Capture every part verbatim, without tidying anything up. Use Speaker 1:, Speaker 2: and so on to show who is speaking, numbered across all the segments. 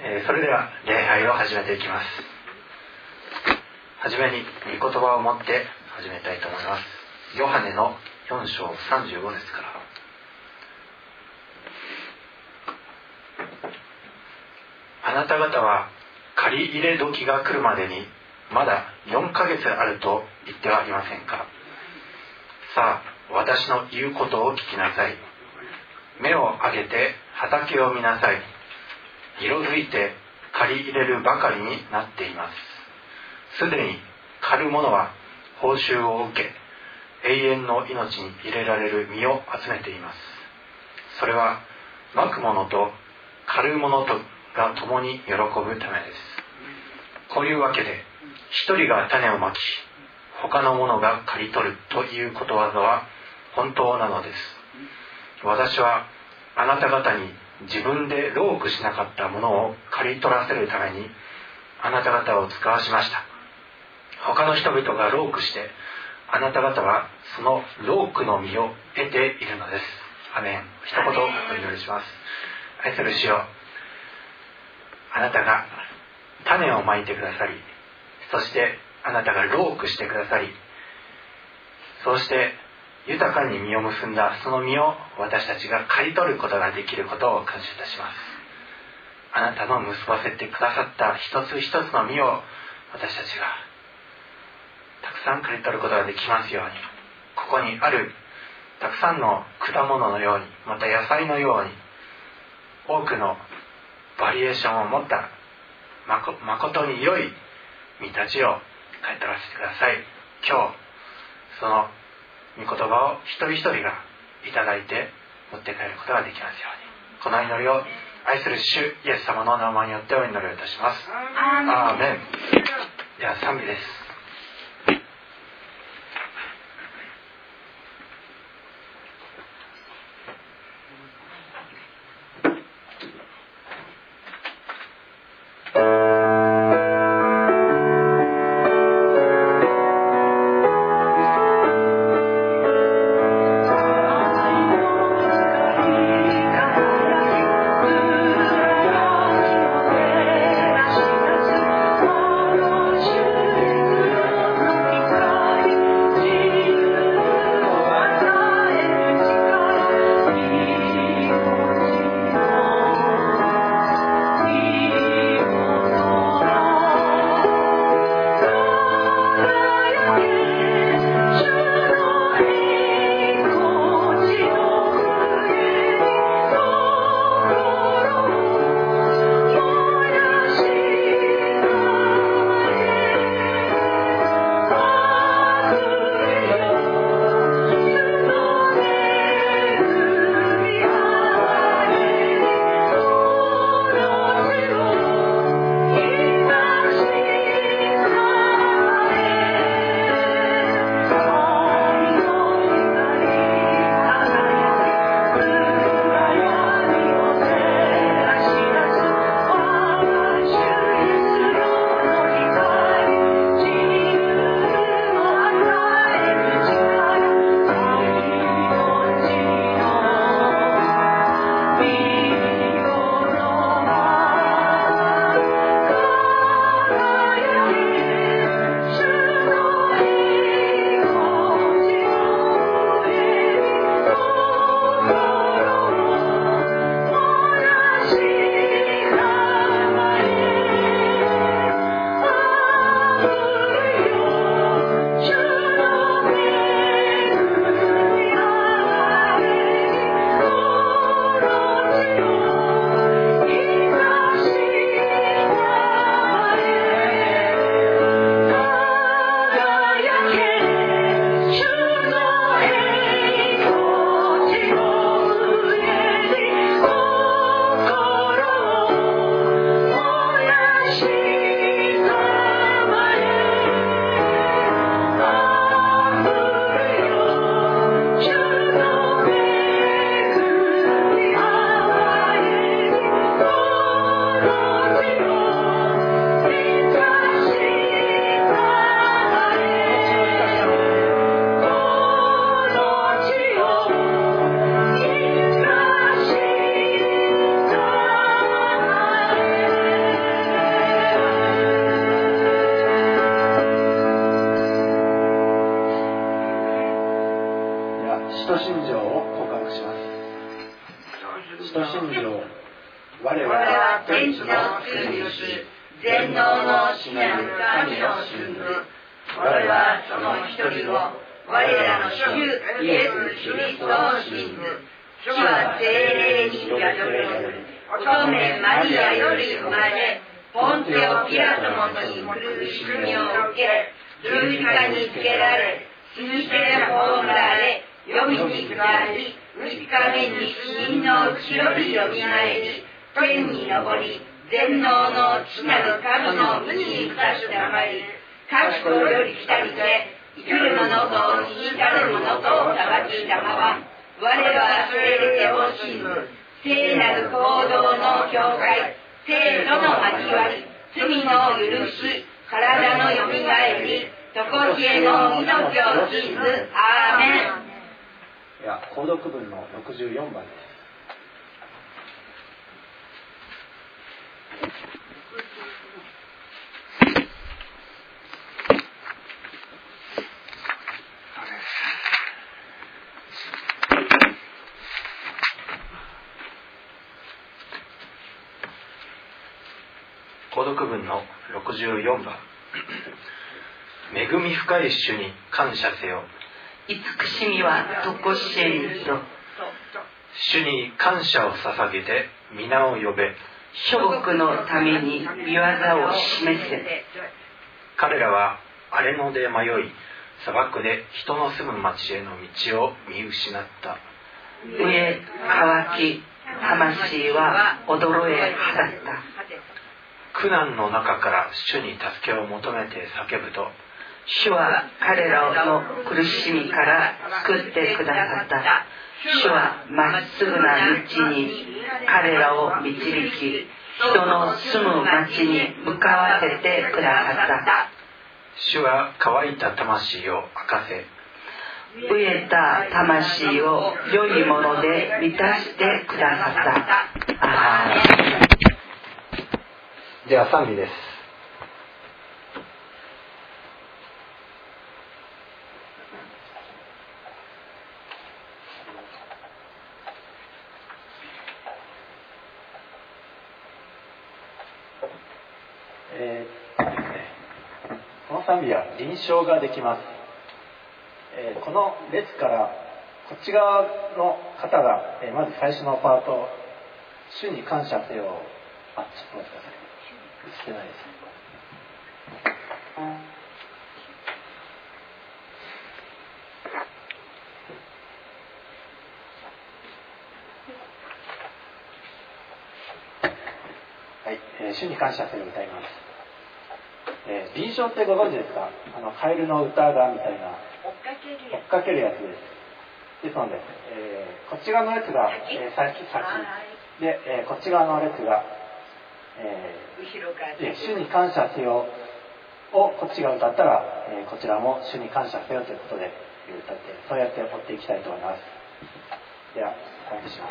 Speaker 1: えー、それでは礼拝を始めていきます。はじめに御言葉を持って始めたいと思います。ヨハネのよん章さんじゅうご節から。あなた方は借り入れ時が来るまでにまだよんかげつあると言ってはありませんか。さあ、私の言うことを聞きなさい。目を上げて畑を見なさい。色づいて借り入れるばかりになっています。すでに狩る者は報酬を受け、永遠の命に入れられる実を集めています。それはまく者と狩る者とが共に喜ぶためです。こういうわけで、一人が種をまき、他の者が刈り取るということわざは本当なのです。私はあなた方に自分で労苦しなかったものを刈り取らせるためにあなた方を使わしました。他の人々が労苦して、あなた方はその労苦の実を得ているのです。アメン。一言お祈りします。愛する主よ、あなたが種をまいてくださり、そしてあなたが労苦してくださり、そうして豊かに実を結んだその実を私たちが刈り取ることができることを感謝いたします。あなたの結ばせてくださった一つ一つの実を私たちがたくさん刈り取ることができますように、ここにあるたくさんの果物のように、また野菜のように多くのバリエーションを持ったまこ、誠に良い実たちを刈り取らせてください。今日その御言葉を一人一人がいただいて持って帰ることができますように、この祈りを愛する主イエス様の名前によってお祈りをいたします。アーメン。では賛美です。
Speaker 2: Thank you.
Speaker 1: 真理を我々は天地の作り主全能の主なる神を信ず。我はその一人を我らの主イエス・キリストを信ず。主は聖霊に宿る乙女マリアより生まれ、ポンテオ・ピラトのもとに苦しみを受け、十字架につけられ、死にて葬られ、黄泉に下り、三日目に死人のうちよりよみがえり、天に昇り、全能の父なる神の御に下してまいり、各国より来たりて、生きる者と死にたる者とを裁きたまま、我は聖霊を信ず。聖なる行動の教会、聖との交わり、罪の許し、体のよみがえり、とこしえの命を信ず。アーメン。
Speaker 2: では、購読文のろくじゅうよんばんです。
Speaker 1: 購読文のろくじゅうよんばん。恵み深い主に感謝せよ。
Speaker 3: 慈しみはとこしえにと。
Speaker 1: 主に感謝を捧げて皆を呼べ。
Speaker 3: 諸国のために御業を示せ。
Speaker 1: 彼らは荒れ野で迷い、砂漠で人の住む町への道を見失った。
Speaker 3: 飢え渇き、魂は衰え果たった。
Speaker 1: 苦難の中から主に助けを求めて叫ぶと、
Speaker 3: 主は彼らの苦しみから救ってくださった。主はまっすぐな道に彼らを導き、人の住む町に向かわせてくださった。
Speaker 1: 主は乾いた魂を明かせ。
Speaker 3: 飢えた魂を良いもので満たしてくださった。あー
Speaker 2: では賛美です。えーですね、この賛美は臨唱ができます。えー、この列からこっち側の方が、えー、まず最初のパート、主に感謝せよ。あ、ちょっと待ってください。映ってないです。はい、えー、主に感謝せよ歌います。えー、臨唱ってご存知ですか？あのカエルの歌がみたいな追っかけるやつです。ですので、えー、こっち側の列が、えー、先先で、えー、こっち側の列がえー、主に感謝せよをこっちが歌ったら、えー、こちらも主に感謝せよということで歌って、そうやって追っていきたいと思います。ではスタートします。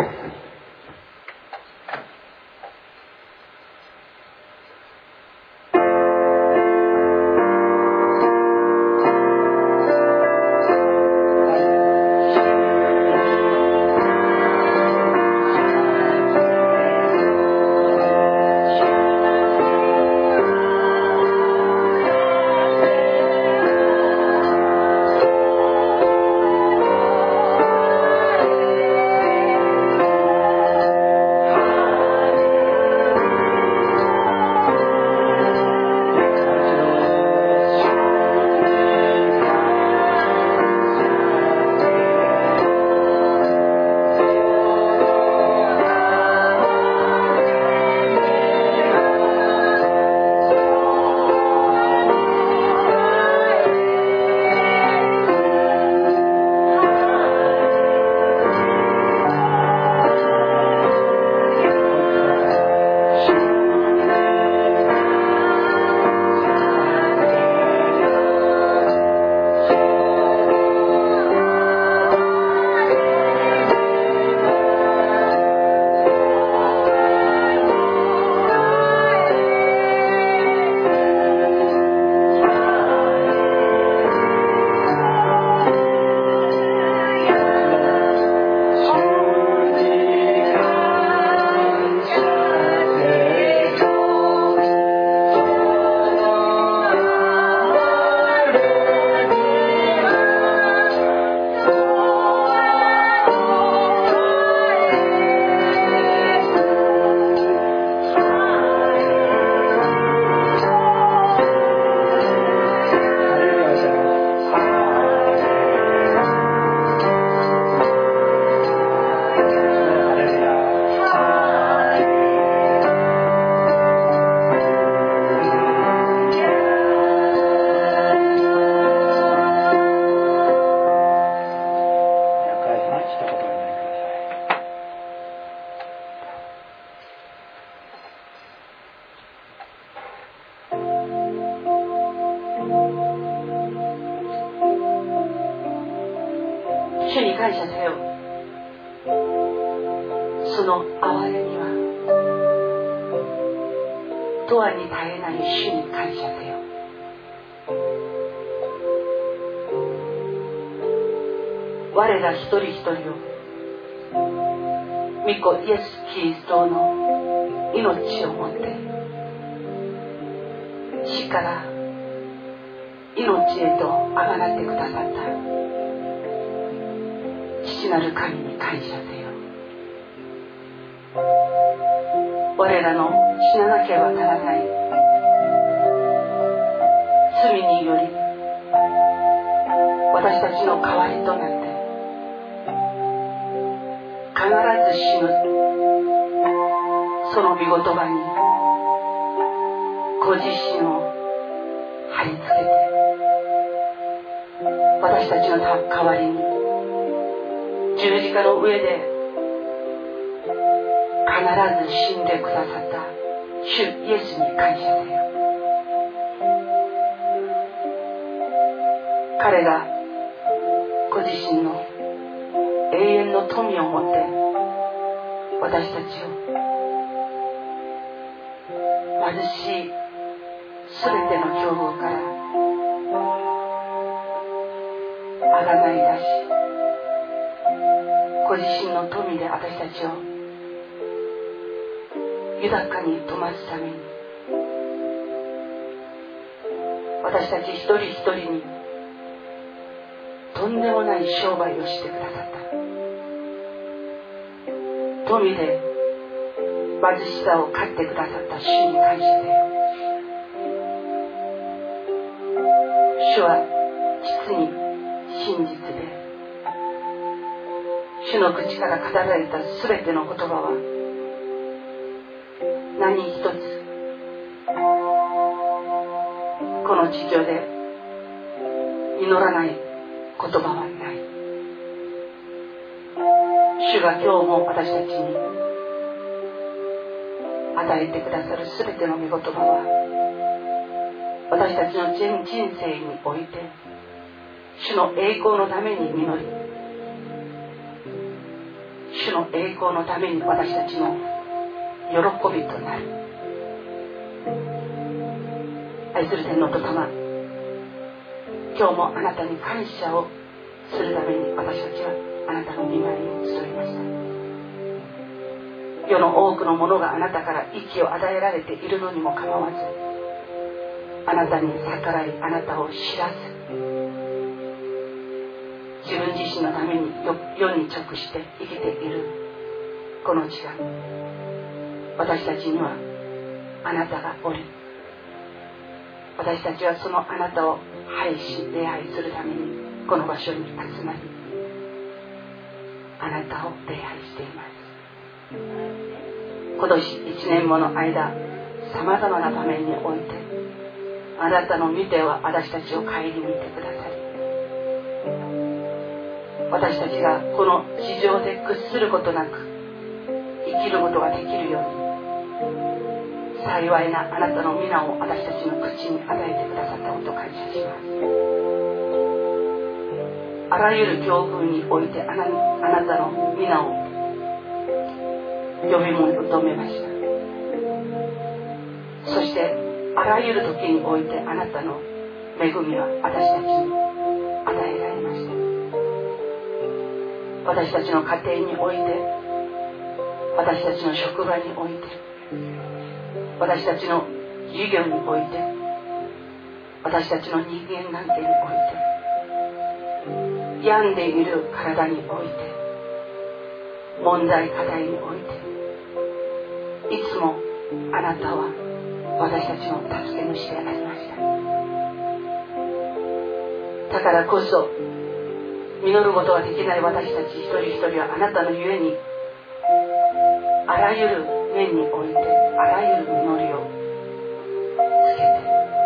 Speaker 4: 「
Speaker 3: 感謝せよ。その憐れみは永遠に絶えない主に感謝せよ。我ら一人一人を御子イエス・キリストの命をもって死から命へとあがなってくださった父なる神に感謝せよ。我らの死ななければならない罪により私たちの代わりとなって必ず死ぬその御言葉にご自身を貼り付けて私たちの代わりに十字架の上で必ず死んでくださった主イエスに感謝せよ。彼がご自身の永遠の富をもって私たちを貧しいすべての境遇からあがない出し、ご自身の富で私たちを豊かに富ますために私たち一人一人にとんでもない商売をしてくださった。富で貧しさを買ってくださった主に感謝せよ。主は実に真実で主の口から語られたすべての言葉は何一つこの地上で実らない言葉はない。主が今日も私たちに与えてくださるすべての御言葉は私たちの人生において主の栄光のために実り、主の栄光のために私たちの喜びとなる。愛する天皇と様、今日もあなたに感謝をするために私たちはあなたの御前に集いました。世の多くのものがあなたから息を与えられているのにもかまわず、あなたに逆らいあなたを知らず、自分自身のために世に直して生きているこの時間、私たちにはあなたがおり、私たちはそのあなたを拝し礼拝するためにこの場所に集まり、あなたを礼拝しています。今年一年もの間、さまざまな場面においてあなたの御手は私たちを顧みてくださり、私たちがこの地上で屈することなく生きることができるように、幸いなあなたの皆を私たちの口に与えてくださったことを感謝します。あらゆる境遇においてあ な, あなたの皆を呼び求めました。そしてあらゆる時においてあなたの恵みは私たちに与えられました。私たちの家庭において、私たちの職場において、私たちの授業において、私たちの人間関係において、病んでいる体において、問題課題において、いつもあなたは私たちの助け主でありました。だからこそ実ることができない私たち一人一人はあなたのゆえに、あらゆる面においてあらゆる実りをつけて、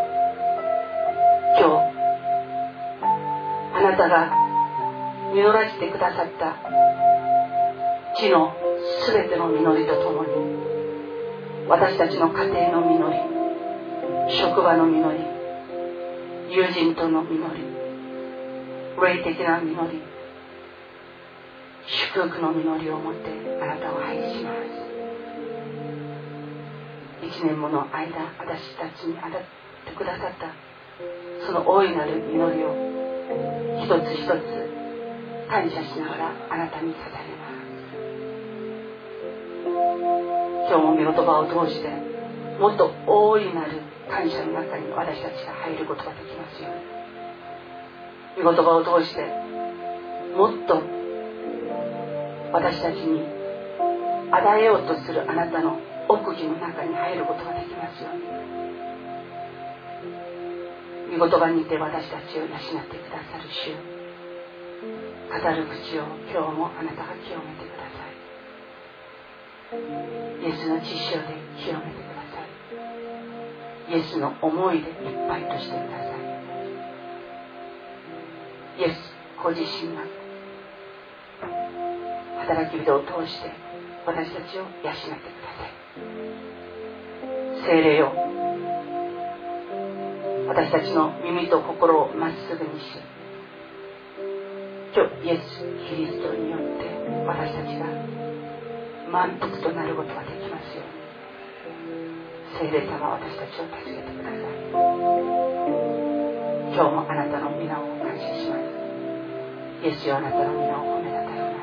Speaker 3: 今日あなたが実らせてくださった地のすべての実りとともに、私たちの家庭の実り、職場の実り、友人との実り、霊的な実り、 祝福の実りを持ってあなたを愛します。一年もの間私たちに与えてくださったその大いなる実りを一つ一つ感謝しながらあなたに捧げます。今日も御言葉を通してもっと大いなる感謝の中に私たちが入ることができますように、御言葉を通してもっと私たちに与えようとするあなたの奥義の中に入ることができますように、御言葉にて私たちを養ってくださる主、語る口を今日もあなたが清めてください。イエスの血潮で清めてください。イエスの思いでいっぱいとしてください。イエスご自身が働き人を通して私たちを養ってください。聖霊よ、私たちの耳と心をまっすぐにし、今日イエス・キリストによって私たちが満腹となることができますように、聖霊様、私たちを助けてください。今日もあなたの皆を感謝します。イエスよ、あなたの皆を褒めたたえます。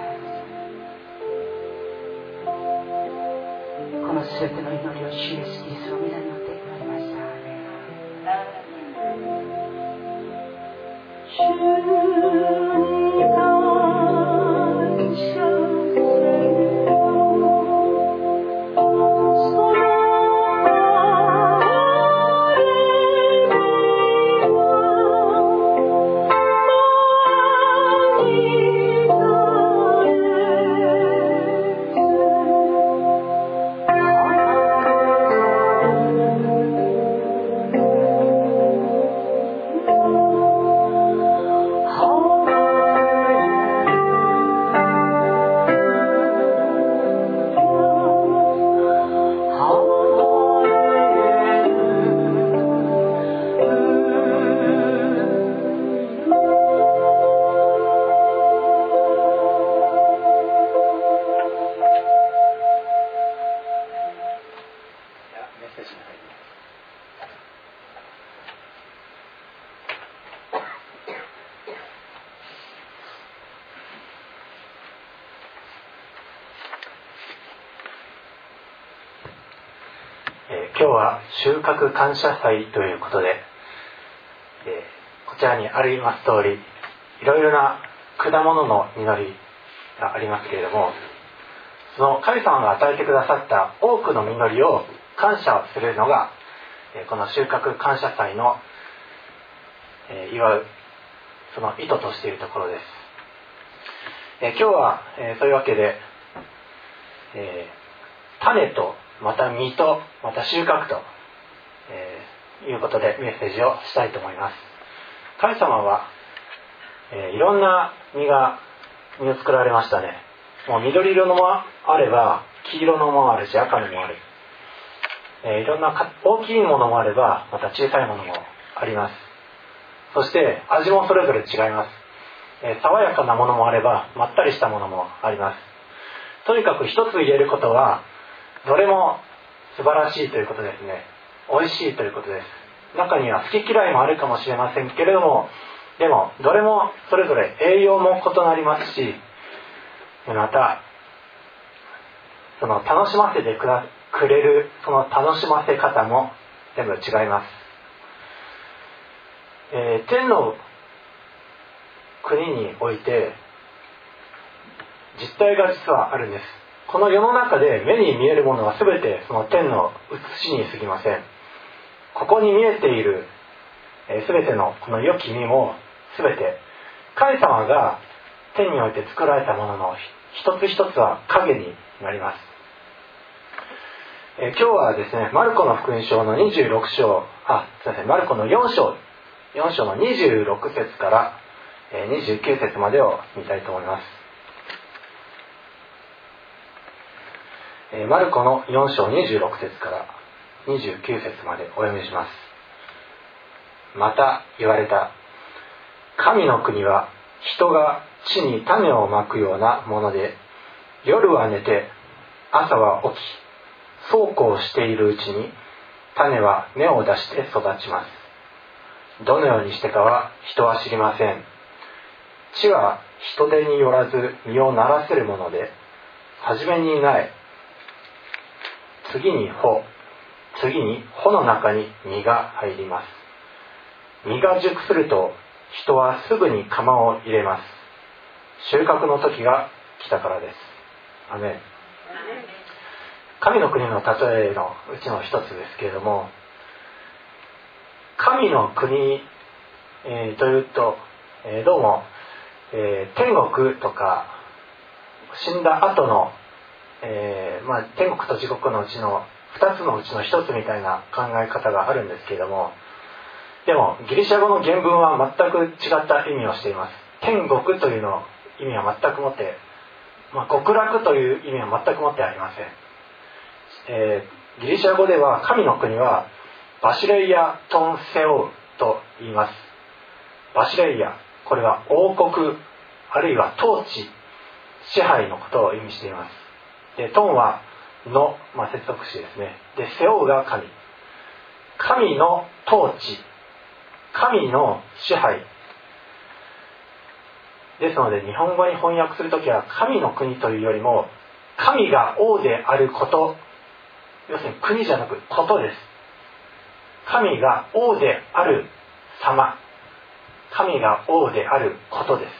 Speaker 3: このすべての祈りを主イエス・キリストの皆によって祈りました。主に感謝せよ。
Speaker 1: 今日は収穫感謝祭ということで、えー、こちらにあります通り、いろいろな果物の実りがありますけれども、その神様が与えてくださった多くの実りを感謝するのが、えー、この収穫感謝祭の、えー、祝うその意図としているところです。えー、今日は、えー、そういうわけで、えー、種とまた実とまた収穫と、えー、いうことでメッセージをしたいと思います。神様は、えー、いろんな実が実を作られましたね。もう緑色のもあれば黄色のもあるし、赤のもある、えー、いろんな大きいものもあればまた小さいものもあります。そして味もそれぞれ違います。えー、爽やかなものもあればまったりしたものもあります。とにかく一つ言えることは、どれも素晴らしいということですね。美味しいということです。中には好き嫌いもあるかもしれませんけれども、でもどれもそれぞれ栄養も異なりますし、またその楽しませてくれるその楽しませ方も全部違います。えー、天の国において実態が実はあるんです。この世の中で目に見えるものは全てその天の写しに過ぎません。ここに見えている、えー、全てのこの良き実も全て神様が天において作られたものの一つ一つは影になります。えー、今日はですね、マルコの福音書のにじゅうろく章、あ、すいません、マルコのよん章、よん章のにじゅうろく節から、えー、にじゅうきゅう節までを見たいと思います。マルコのよん章にじゅうろく節からにじゅうきゅう節までお読みします。また言われた。神の国は人が地に種をまくようなもので、夜は寝て朝は起き、そうこうしているうちに種は芽を出して育ちます。どのようにしてかは人は知りません。地は人手によらず実をならせるもので、はじめに苗、次に穂、次に穂の中に実が入ります。実が熟すると人はすぐに釜を入れます。収穫の時が来たからです。アメン。神の国の例えのうちの一つですけれども、神の国、えー、というと、えー、どうも、えー、天国とか死んだ後の、えーまあ、天国と地獄のうちのふたつのうちのひとつみたいな考え方があるんですけれども、でもギリシャ語の原文は全く違った意味をしています。天国というの意味は全くもって、まあ、極楽という意味は全くもってありません。えー、ギリシャ語では神の国はバシレイヤトンセオウと言います。バシレイヤ、これは王国あるいは統治、支配のことを意味しています。で、トンはの、まあ、接続詞ですね。で、セオウが神、神の統治、神の支配ですので、日本語に翻訳するときは神の国というよりも神が王であること、要するに国じゃなくことです。神が王である様、神が王であることです。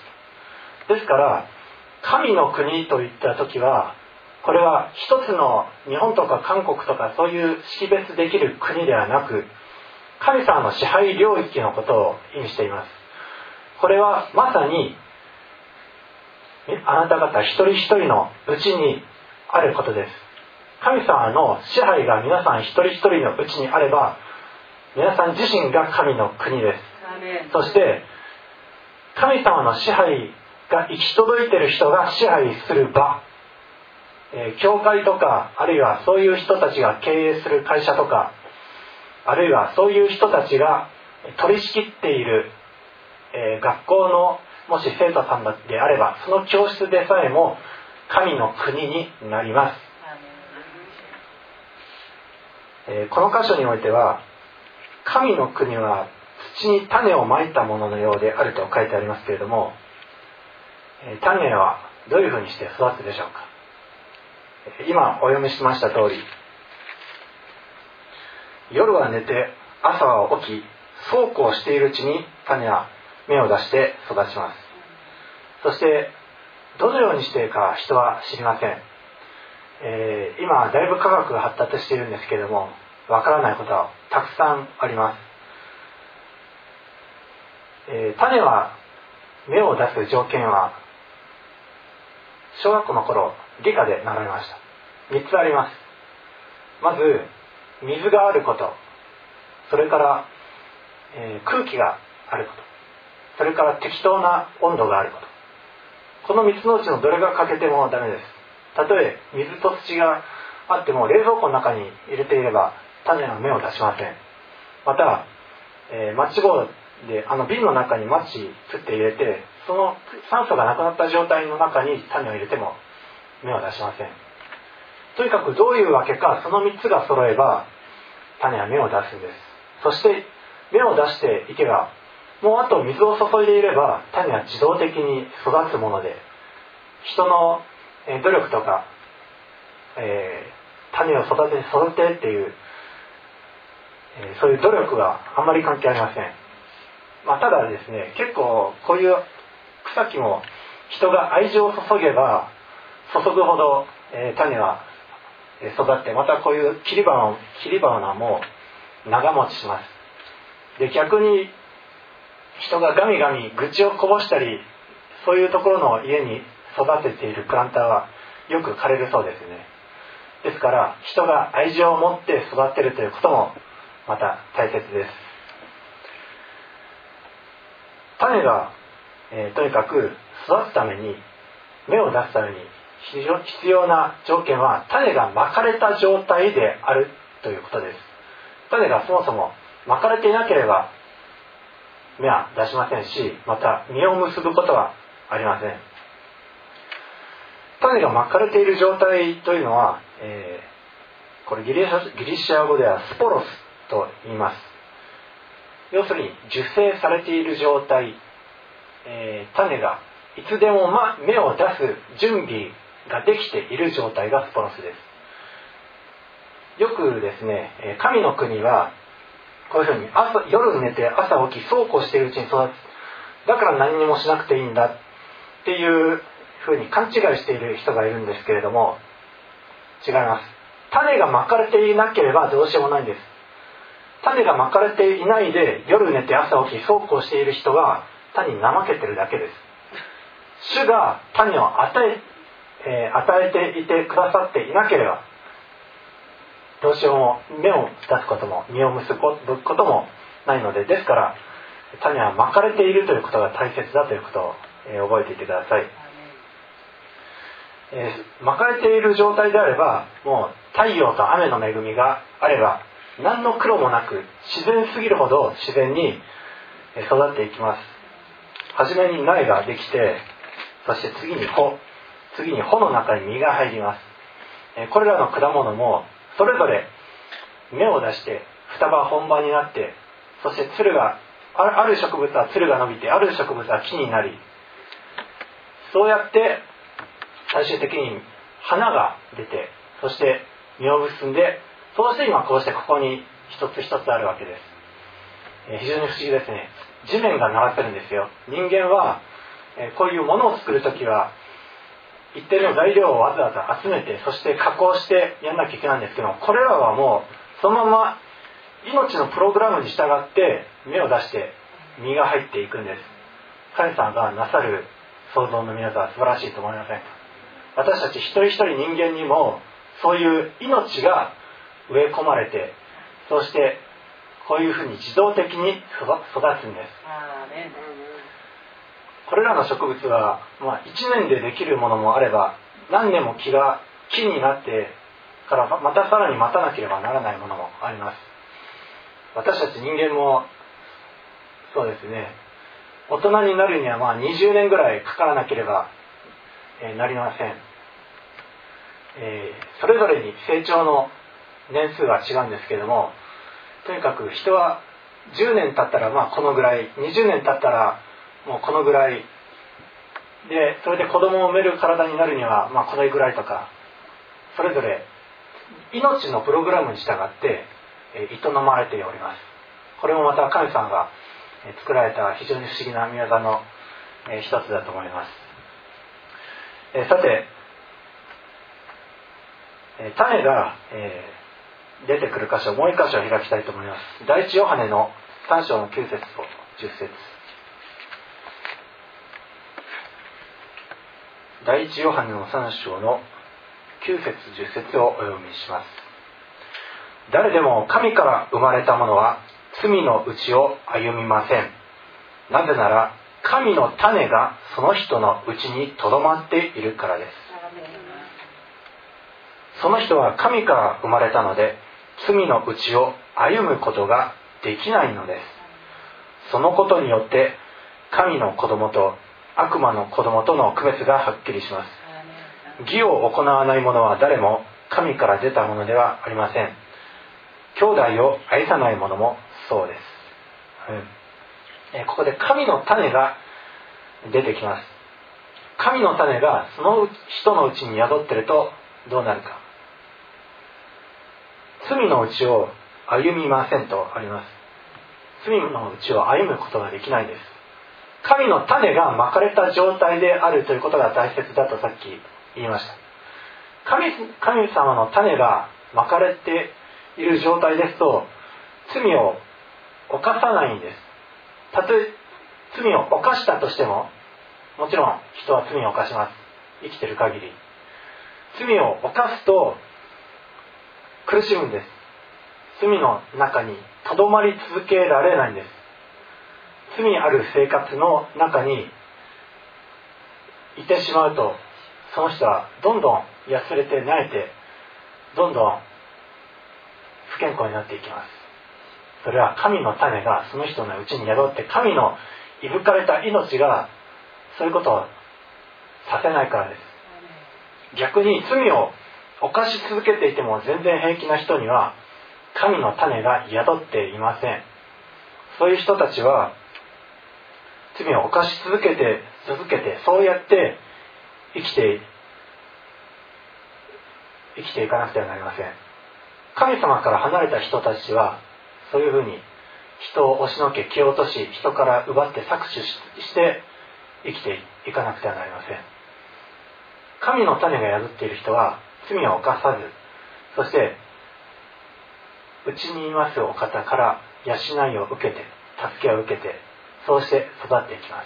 Speaker 1: ですから神の国といったときは、これは一つの日本とか韓国とかそういう識別できる国ではなく、神様の支配領域のことを意味しています。これはまさにあなた方一人一人のうちにあることです。神様の支配が皆さん一人一人のうちにあれば、皆さん自身が神の国です。そして神様の支配が行き届いている人が支配する場、えー、教会とか、あるいはそういう人たちが経営する会社とか、あるいはそういう人たちが取り仕切っている、えー、学校のもし生徒さんであれば、その教室でさえも神の国になります。えー、この箇所においては、神の国は土に種をまいたもののようであると書いてありますけれども、えー、種はどういうふうにして育つでしょうか。今お読みしました通り、夜は寝て朝は起き、そうこうしているうちに種は芽を出して育ちます。そしてどのようにしてか人は知りません。えー、今だいぶ科学が発達しているんですけれども、わからないことはたくさんあります。えー、種は芽を出す条件は小学校の頃理科で習いました。みっつあります。まず水があること、それから、えー、空気があること、それから適当な温度があること。このみっつのうちのどれが欠けてもダメです。たとえ水と土があっても冷蔵庫の中に入れていれば種は芽を出しません。また、えー、マッチ棒であの瓶の中にマッチつって入れて、その酸素がなくなった状態の中に種を入れても芽を出しません。とにかくどういうわけか、そのみっつが揃えば種は芽を出すんです。そして芽を出していけば、もうあと水を注いでいれば種は自動的に育つもので、人の努力とか、えー、種を育て育てっていう、えー、そういう努力はあんまり関係ありません。まあ、ただですね、結構こういう草木も人が愛情を注げば注ぐほど、えー、種は育って、またこういう切り花切り花も長持ちします。で、逆に人がガミガミ愚痴をこぼしたり、そういうところの家に育てているプランターはよく枯れるそうですね。ですから人が愛情を持って育てるということもまた大切です。種が、えー、とにかく育つために、芽を出すために必要な条件は種がまかれた状態であるということです。種がそもそもまかれていなければ芽は出しませんし、また実を結ぶことは
Speaker 2: ありません。種がまかれている状態というのは、えー、これギリシャ、ギリシャ語ではスポロスと言います。要するに受精されている状態、えー、種がいつでも、ま、芽を出す準備ができている状態がスポロスです。よくですね、神の国はこういうふうに朝夜寝て朝起きそうこうしているうちに育つ、だから何にもしなくていいんだっていうふうに勘違いしている人がいるんですけれども、違います。種がまかれていなければどうしようもないんです。種がまかれていないで夜寝て朝起きそうこうしている人は単に怠けてるだけです。主が種を与え、えー、与えていてくださっていなければどうしようも芽を出すことも実を結ぶこともないので、ですから種はまかれているということが大切だということを、えー、覚えていてください。えー、まかれている状態であれば、もう太陽と雨の恵みがあれば何の苦労もなく自然すぎるほど自然に育っていきます。はじめに苗ができて、そして次に穂、次に穂の中に実が入ります。えー、これらの果物もそれぞれ芽を出して双葉本葉になって、そしてつるがある植物はつるが伸びて、ある植物は木になり、そうやって最終的に花が出て、そして実を結んで、そうして今こうしてここに一つ一つあるわけです。えー、非常に不思議ですね。地面がならせるんですよ。人間は、えー、こういうものを作るときは一定の材料をわざわざ集めて、そして加工してやんなきゃいけないんですけども、これらはもうそのまま命のプログラムに従って芽を出して実が入っていくんです。神様がなさる創造の皆さんは素晴らしいと思いませんか？私たち一人一人人間にもそういう命が植え込まれて、そしてこういうふうに自動的に育つんです。これらの植物は、まあ、いちねんでできるものもあれば、何年も木が木になってからまたさらに待たなければならないものもあります。私たち人間もそうですね、大人になるにはまあにじゅうねんぐらいかからなければ、えー、なりません。えー、それぞれに成長の年数は違うんですけれども、とにかく人はじゅうねん経ったらまあこのぐらい、にじゅうねん経ったらもうこのぐらいで、それで子供を産める体になるにはまあこれぐらいとか、それぞれ命のプログラムに従って営まれております。これもまた神様が作られた非常に不思議な御業の一つだと思います。さて、種が出てくる箇所、もう一箇所を開きたいと思います。第一ヨハネのさん章のきゅう節とじゅっ節。第一ヨハネのさん章のきゅう節じゅっ節をお読みします。誰でも神から生まれたものは罪のうちを歩みません。なぜなら神の種がその人のうちにとどまっているからです。その人は神から生まれたので罪のうちを歩むことができないのです。そのことによって神の子供と悪魔の子供との区別がはっきりします。義を行わない者は誰も神から出たものではありません。兄弟を愛さない者もそうです、うん、えここで神の種が出てきます。神の種がその人のうちに宿っているとどうなるか。罪のうちを歩みませんとあります。罪のうちを歩むことができないんです。神の種がまかれた状態であるということが大切だとさっき言いました。 神, 神様の種がまかれている状態ですと罪を犯さないんです。たとえ罪を犯したとしても、もちろん人は罪を犯します。生きている限り罪を犯すと苦しむんです。罪の中にとどまり続けられないんです。罪ある生活の中にいてしまうと、その人はどんどんやつれて萎えて、どんどん不健康になっていきます。それは神の種がその人のうちに宿って、神のいぶかれた命がそういうことをさせないからです。逆に罪を犯し続けていても全然平気な人には神の種が宿っていません。そういう人たちは罪を犯し続けて続けてそうやって生きて生きていかなくてはなりません。神様から離れた人たちはそういうふうに人を押しのけ蹴落とし、人から奪って搾取して生きていかなくてはなりません。神の種が宿っている人は罪を犯さず、そしてうちにいますお方から養いを受けて、助けを受けて、そうして育っていきます。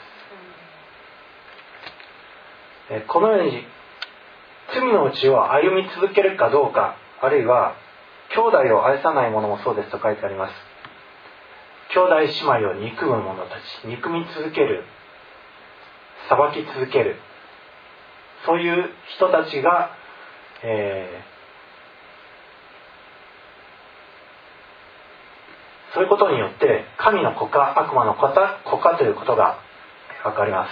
Speaker 2: このように罪のうちを歩み続けるかどうか、あるいは兄弟を愛さない者もそうですと書いてあります。兄弟姉妹を憎む者たち、憎み続ける、裁き続ける、そういう人たちが、えー、そういうことによって神の子か悪魔の子か、子かということが分かります。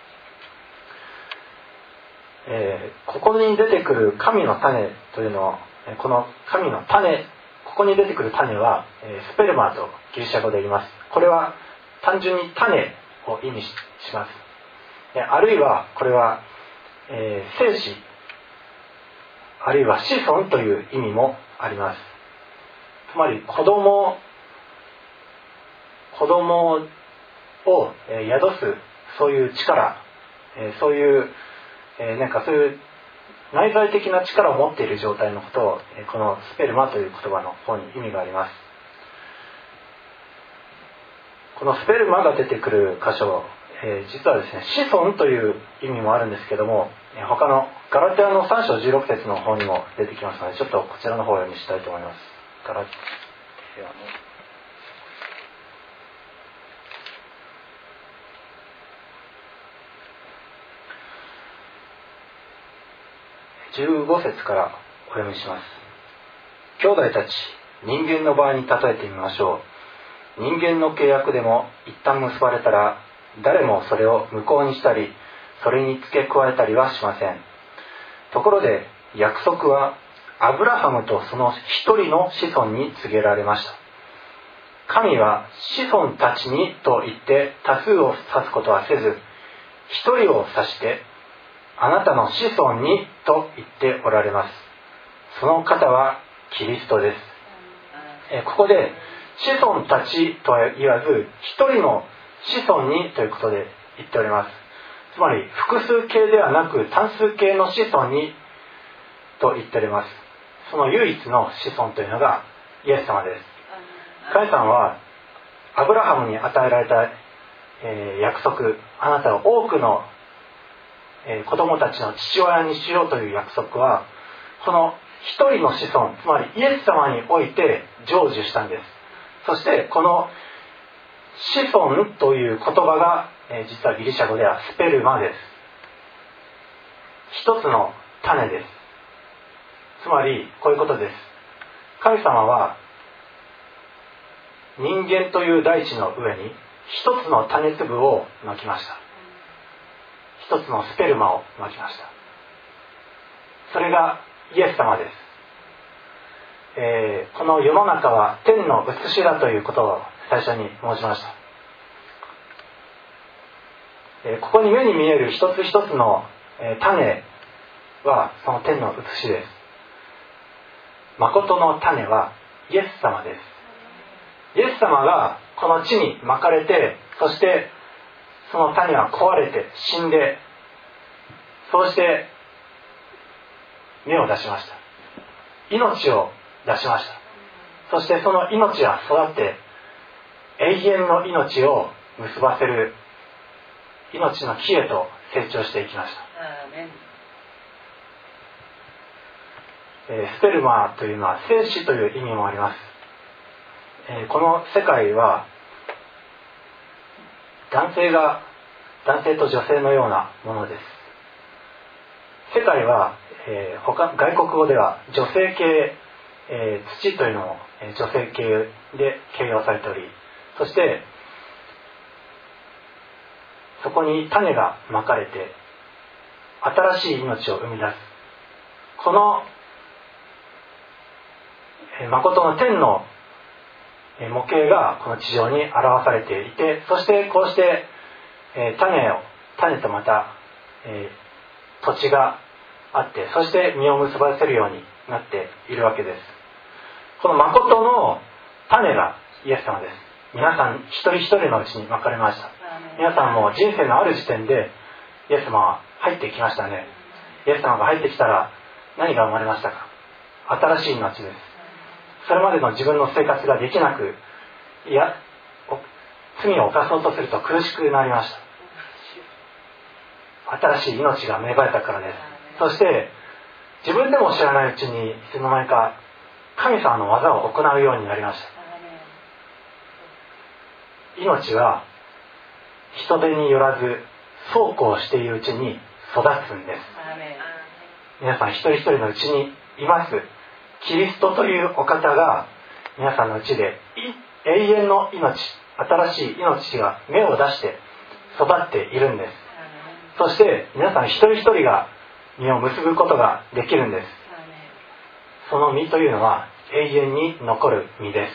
Speaker 2: えー、ここに出てくる神の種というのを、この神の種、ここに出てくる種はスペルマーとギリシャ語で言います。これは単純に種を意味します。あるいはこれは、えー、生子、あるいは子孫という意味もあります。つまり子供子供を宿すそういう力、そういうなんかそういう内在的な力を持っている状態のことをこのスペルマという言葉の方に意味があります。このスペルマが出てくる箇所、えー、実はですね、子孫という意味もあるんですけども、他のガラテヤのさん章じゅうろく節の方にも出てきますので、ちょっとこちらの方を読みしたいと思います。ガラテヤのじゅうご節からお読みします。兄弟たち、人間の場合に例えてみましょう。人間の契約でも一旦結ばれたら、誰もそれを無効にしたり、それに付け加えたりはしません。ところで、約束はアブラハムとその一人の子孫に告げられました。神は子孫たちにと言って多数を指すことはせず、一人を指して、あなたの子孫にと言っておられます。その方はキリストです。えここで子孫たちとは言わず、一人の子孫にということで言っております。つまり複数形ではなく単数形の子孫にと言っております。その唯一の子孫というのがイエス様です。神様はアブラハムに与えられた、えー、約束、あなたを多くのえー、子供たちの父親にしようという約束は、この一人の子孫、つまりイエス様において成就したんです。そしてこの子孫という言葉が、えー、実はギリシャ語ではスペルマです。一つの種です。つまりこういうことです。神様は人間という大地の上に一つの種粒をまきました。一つのスペルマをまきました。それがイエス様です。えー、この世の中は天の写しだということを最初に申しました。えー、ここに目に見える一つ一つの、えー、種はその天の写しです。誠の種はイエス様です。イエス様がこの地にまかれて、そしてその種は壊れて死んで、そうして芽を出しました。命を出しました。そしてその命は育って永遠の命を結ばせる命の木へと成長していきました。えー、スペルマというのは生死という意味もあります。えー、この世界は男性が男性と女性のようなものです。世界は、えー、他外国語では女性系、えー、土というのも、えー、女性系で形容されており、そしてそこに種がまかれて新しい命を生み出す、この誠の天の模型がこの地上に表されていて、そしてこうして種を種とまた土地があって、そして実を結ばせるようになっているわけです。この誠の種がイエス様です。皆さん一人一人のうちにまかれました。皆さんも人生のある時点でイエス様は入ってきましたね。イエス様が入ってきたら何が生まれましたか？新しい命です。それまでの自分の生活ができなく、いや罪を犯そうとすると苦しくなりました。新しい命が芽生えたからです。そして自分でも知らないうちにいつの間にか神様の技を行うようになりました。命は人手によらずそうこうしているうちに育つんです。皆さん一人一人のうちにいますキリストというお方が皆さんのうちで永遠の命、新しい命が芽を出して育っているんです。そして皆さん一人一人が実を結ぶことができるんです。その実というのは永遠に残る実です。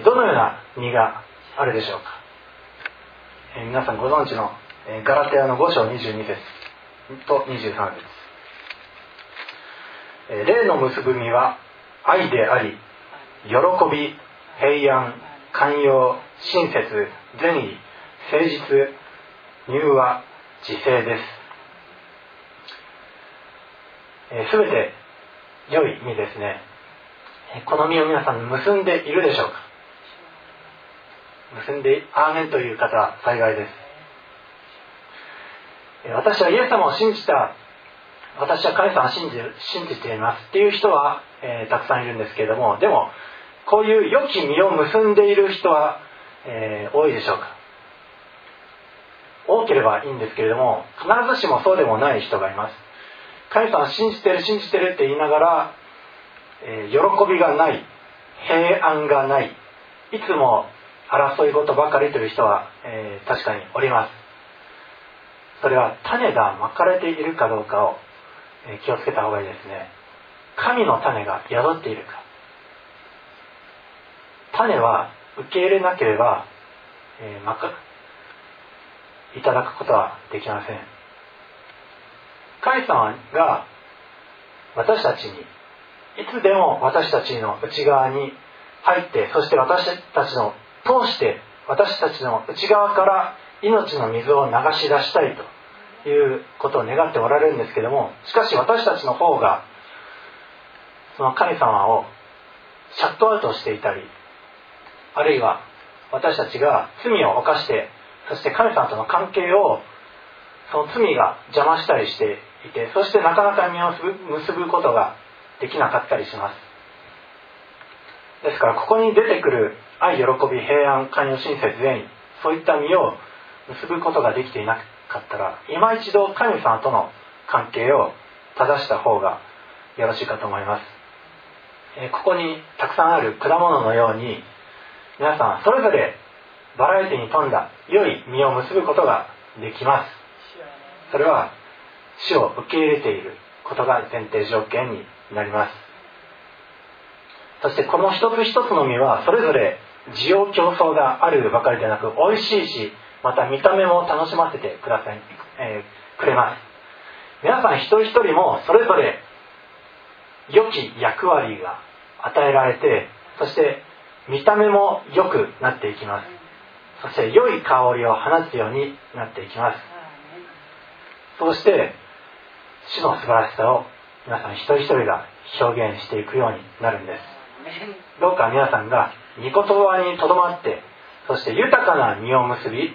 Speaker 2: どのような実があるでしょうか。皆さんご存知のガラテヤのご章にじゅうに節とにじゅうさん節、霊の結ぶ実は愛であり、喜び、平安、寛容、親切、善意、誠実、柔和、自制です。すべて良い実ですね。この実を皆さん結んでいるでしょうか。結んでアーメンという方は幸いです。私はイエス様を信じた、私は神様を信じ信じていますっていう人は、えー、たくさんいるんですけれども、でもこういう良き実を結んでいる人は、えー、多いでしょうか。多ければいいんですけれども、必ずしもそうでもない人がいます。神様を信じてる信じてるって言いながら、えー、喜びがない、平安がない、いつも争い事ばかりという人は、えー、確かにおります。それは種がまかれているかどうかを、えー、気をつけた方がいいですね。神の種が宿っているか。種は受け入れなければ、えー、まかいただくことはできません。神様が私たちにいつでも私たちの内側に入って、そして私たちの通して私たちの内側から命の水を流し出したいということを願っておられるんですけども、しかし私たちの方がその神様をシャットアウトしていたり、あるいは私たちが罪を犯して、そして神様との関係をその罪が邪魔したりしていて、そしてなかなか実を結ぶことができなかったりします。ですからここに出てくる愛、喜び、平安、寛容、親切、善意、そういった実を結ぶことができていなかったら、今一度神様との関係を正した方がよろしいかと思います。えー、ここにたくさんある果物のように、皆さんそれぞれバラエティに富んだ良い実を結ぶことができます。それは主を受け入れていることが前提条件になります。そしてこの一つ一つの実はそれぞれ需要競争があるばかりでなく、美味しいし、また見た目も楽しませてください、えー、くれます。皆さん一人一人もそれぞれ良き役割が与えられて、そして見た目も良くなっていきます。そして良い香りを放つようになっていきます。そうして主の素晴らしさを皆さん一人一人が表現していくようになるんです。どうか皆さんが御言葉にとどまって、そして豊かな実を結び、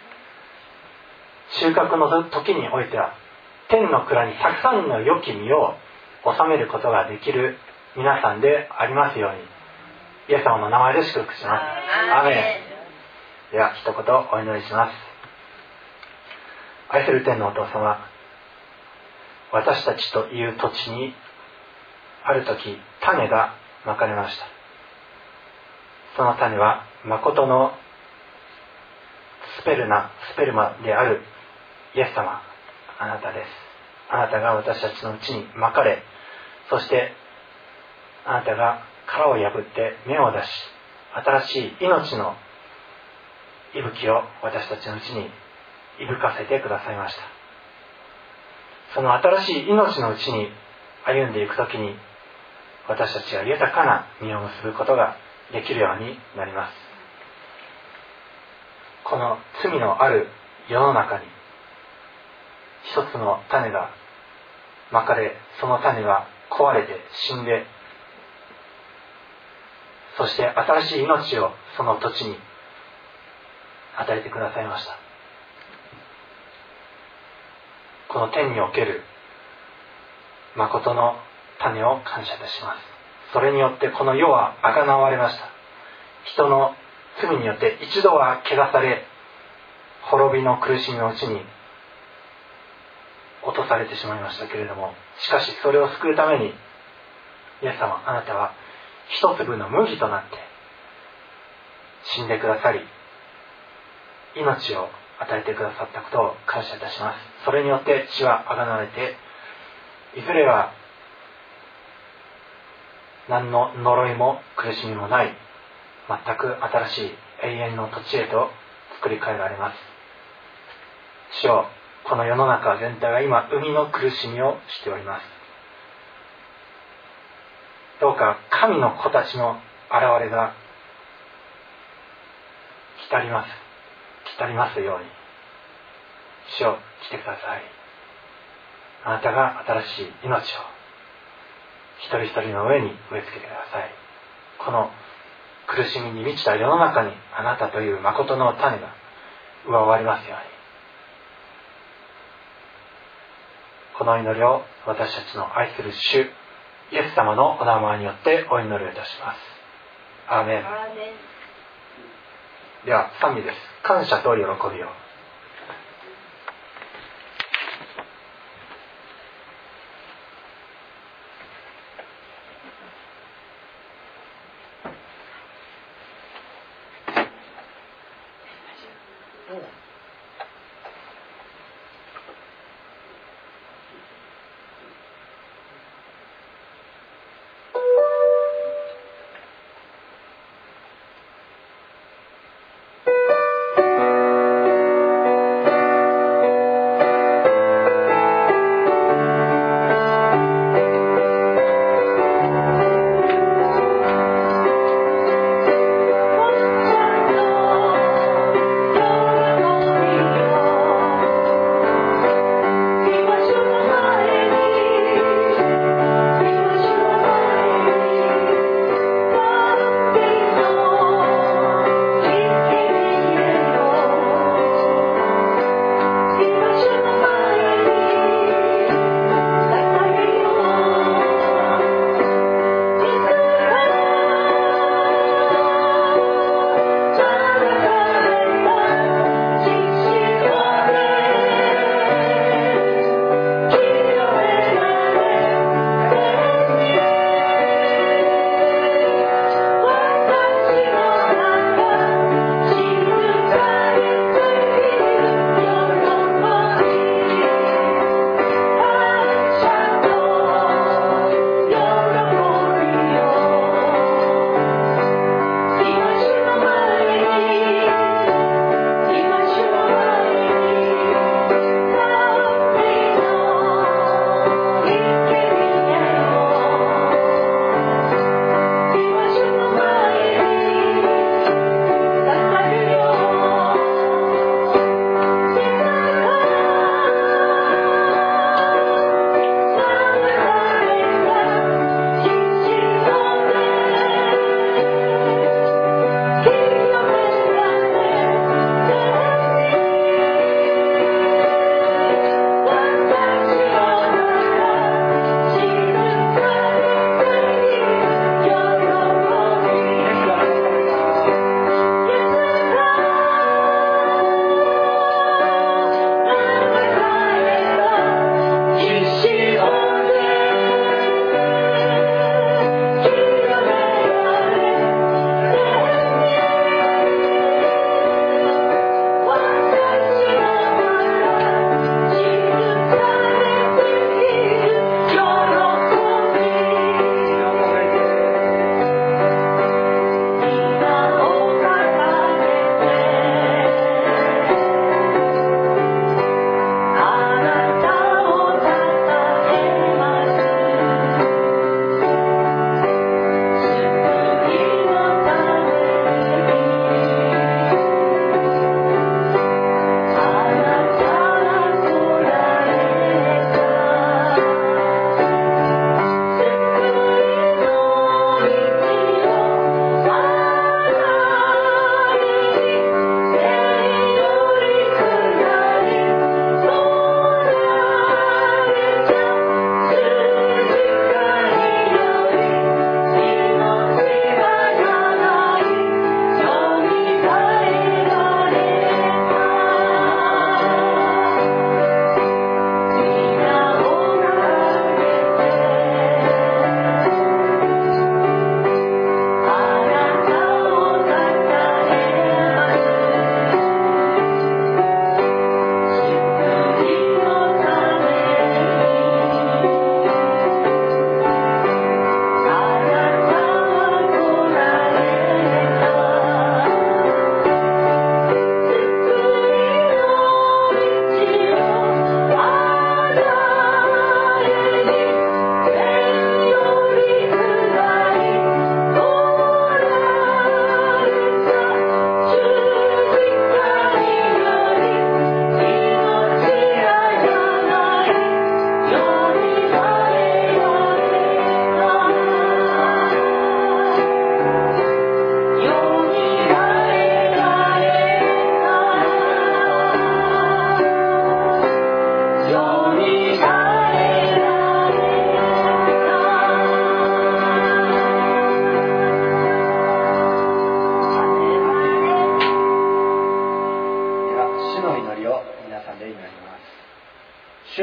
Speaker 2: 収穫の時においては天の蔵にたくさんの良き実を収めることができる皆さんでありますように、イエス様の名前で祝福します。アーメン。では一言お祈りします。愛する天のお父様、私たちという土地にある時種がまかれました。その種は誠の
Speaker 1: スペルナスペルマであるイエス様、あなたです。あなたが私たちのうちにまかれ、そしてあなたが殻を破って芽を出し、新しい命の息吹を私たちのうちに息吹かせてくださいました。その新しい命のうちに歩んでいくときに、私たちは豊かな実を結ぶことができるようになります。この罪のある世の中に一つの種がまかれ、その種が壊れて死んで、そして新しい命をその土地に与えてくださいました。この天における誠の種を感謝いたします。それによってこの世はあがなわれました。人の罪によって一度は汚され、滅びの苦しみのうちに落とされてしまいましたけれども、しかしそれを救うために、イエス様、あなたは一粒の麦となって死んでくださり、命を与えてくださったことを感謝いたします。それによって血はあがなわれて、いずれは何の呪いも苦しみもない全く新しい永遠の土地へと作り変えられます。主よ、この世の中全体は今生みの苦しみをしております。どうか神の子たちの現れが来たります来たりますように、主よ、来てください。あなたが新しい命を一人一人の上に植え付けてください。この苦しみに満ちた世の中にあなたという誠の種が上回りますように。この祈りを私たちの愛する主イエス様のお名前によってお祈りをいたします。アーメン。では賛美です。感謝と喜びを。
Speaker 4: Oh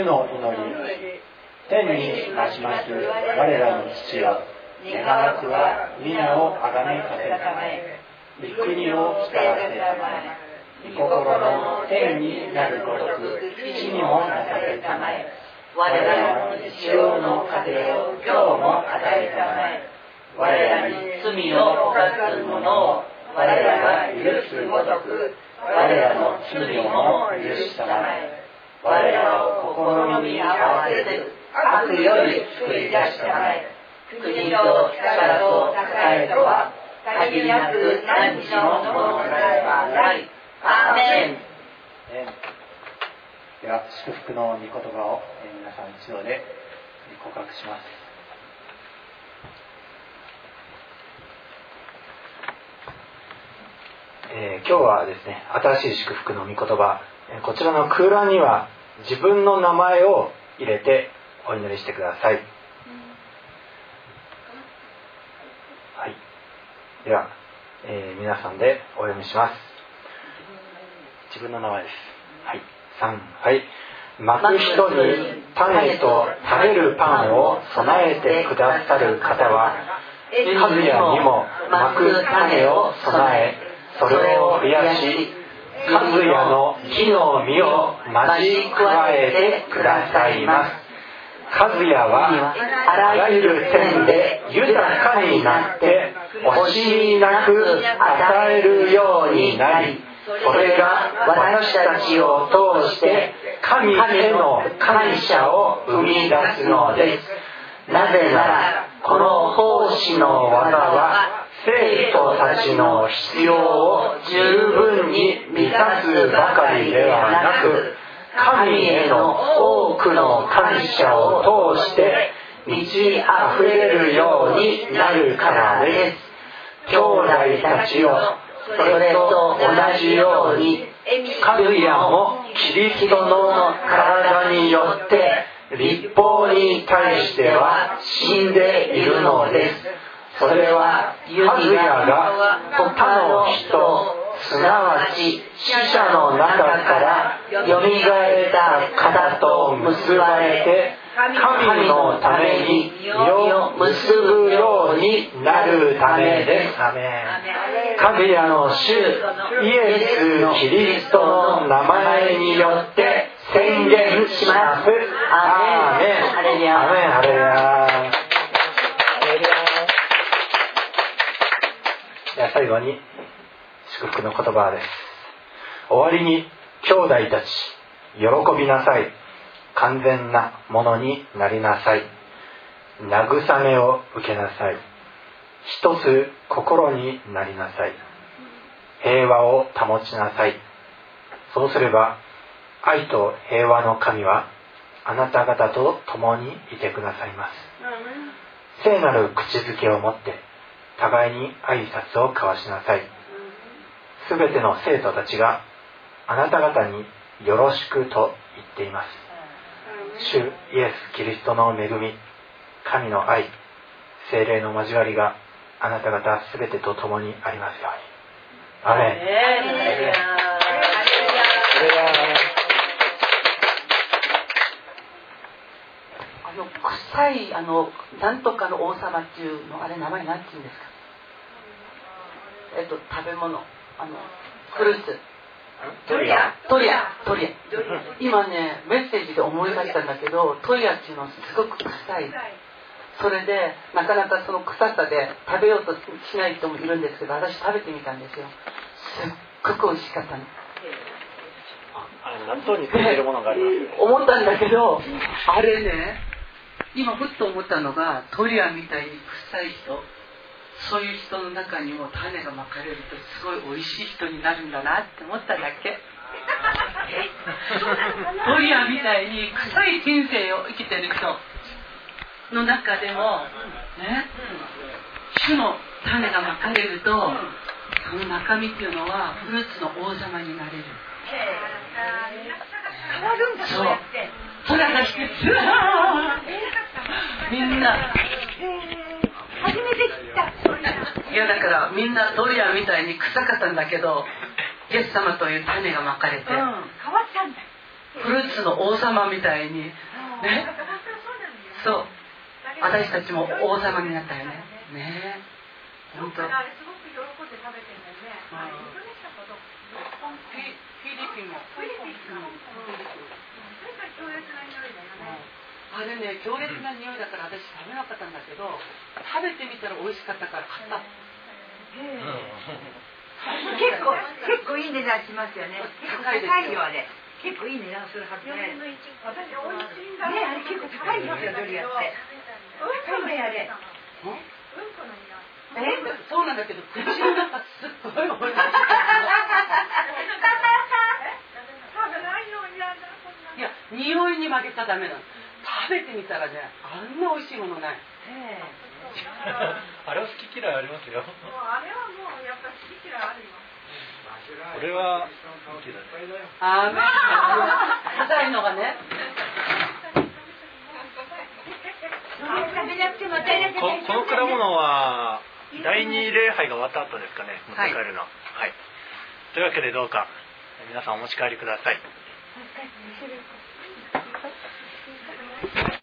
Speaker 2: 主の祈り、天に増します我らの父よ、願わくは皆をあがめさせたまえ、御国を来たらせたまえ、御心の天になるごとく地にもなされたまえ、我らの日常の糧を今日も与えたまえ、我らに罪を犯す者を我らが許すごとく我らの罪をも許したまえ、我らを試みに合わせず悪より救い出したまえ、国と力と栄とは限りなく何日のものではない。アーメン。では祝福の御言葉を皆さん一同で告白します。
Speaker 1: えー、今日はですね、新しい祝福の御言葉、こちらの空欄には自分の名前を入れてお祈りしてください。はい、では、えー、皆さんでお読みします。自分の名前です。はい、さん、はい。まく人に種と食べるパンを備えてくださる方は、数やにもまく種を備え、それを増やし、数やの木の実を増し加えてくださいます。数やはあらゆる点で豊かになって惜しみなく与えるようになり、それが私たちを通して神への感謝を生み出すのです。なぜならこの奉仕の技は生徒たちの必要を十分に満たすばかりではなく、神への多くの感謝を通して満ち溢れるようになるからです。兄弟たちよ、それと同じように数やもキリストの体によって律法に対しては死んでいるのです。それは数やが他の人、すなわち死者の中からよみがえった方と結ばれて神のために身を結ぶようになるためです。アメン。神やの主イエス・キリストの名前によって宣言します。アーメン。アレルヤ。アメン。アレルヤ。では最後に祝福の言葉です。終わりに兄弟たち、喜びなさい。完全なものになりなさい。慰めを受けなさい。一つ心になりなさい。平和を保ちなさい。そうすれば愛と平和の神はあなた方と共にいてくださいます。聖なる口づけを持って互いに挨拶を交わしなさい。すべての生徒たちがあなた方によろしくと言っています。主イエス・キリストの恵み、神の愛、聖霊の交わりがあなた方すべてと共にありますように。アメン。
Speaker 3: あの臭いあのなんとかの王様っていうの、あれ名前なんていうんですか。えっと食べ物、あのフルーツ。トリアトリアトリア今ねメッセージで思い出したんだけど、トリアっていうのはすごく臭い。それでなかなかその臭さで食べようとしない人もいるんですけど、私食べてみたんですよ。すっごく美味しかったの。
Speaker 1: 納豆についてるものがあります、ね、
Speaker 3: 思ったんだけど、あれね、今ふっと思ったのが、トリアみたいに臭い人、そういう人の中にも種がまかれるとすごい美味しい人になるんだなって思っただけ。トリアみたいに臭い人生を生きてる人の中でもね、主の種がまかれると、その中身っていうのはフルーツの王様になれる。
Speaker 4: 変わるんだ。
Speaker 3: そう。それがしてみんな。
Speaker 4: 初めて知った。
Speaker 3: いやだからみんなドリアみたいに臭かったんだけど、イエス様という種がまかれて、うん、
Speaker 4: 変わったんだ。
Speaker 3: フルーツの王様みたいにね、そう私たちも王様になったよね。ねえ、本当。フィリピンも。あれね、強烈な匂いだから私食べなかったんだけど、食べてみたら美味しかったから買った。
Speaker 4: 結構結構いい値段しますよね。高いよあれ。結構いい値段するはずね。ね、あれ結構高いんですよ、ドリアって。高いねあれ。
Speaker 3: え、そうなんだけど口の中すっごい美味しい。いや、匂いに負けちゃダメなの。食べてみたらね、あんな美味しいものない。
Speaker 5: あれは好き嫌いありますよ。
Speaker 4: あれはもうやっぱ好き嫌いあるよ。
Speaker 5: これは
Speaker 3: あーめ硬いのがね。
Speaker 5: こ, この果物はだいに礼拝が終わった後ですかね、持って帰るの。はい、はい、というわけでどうか皆さんお持ち帰りください。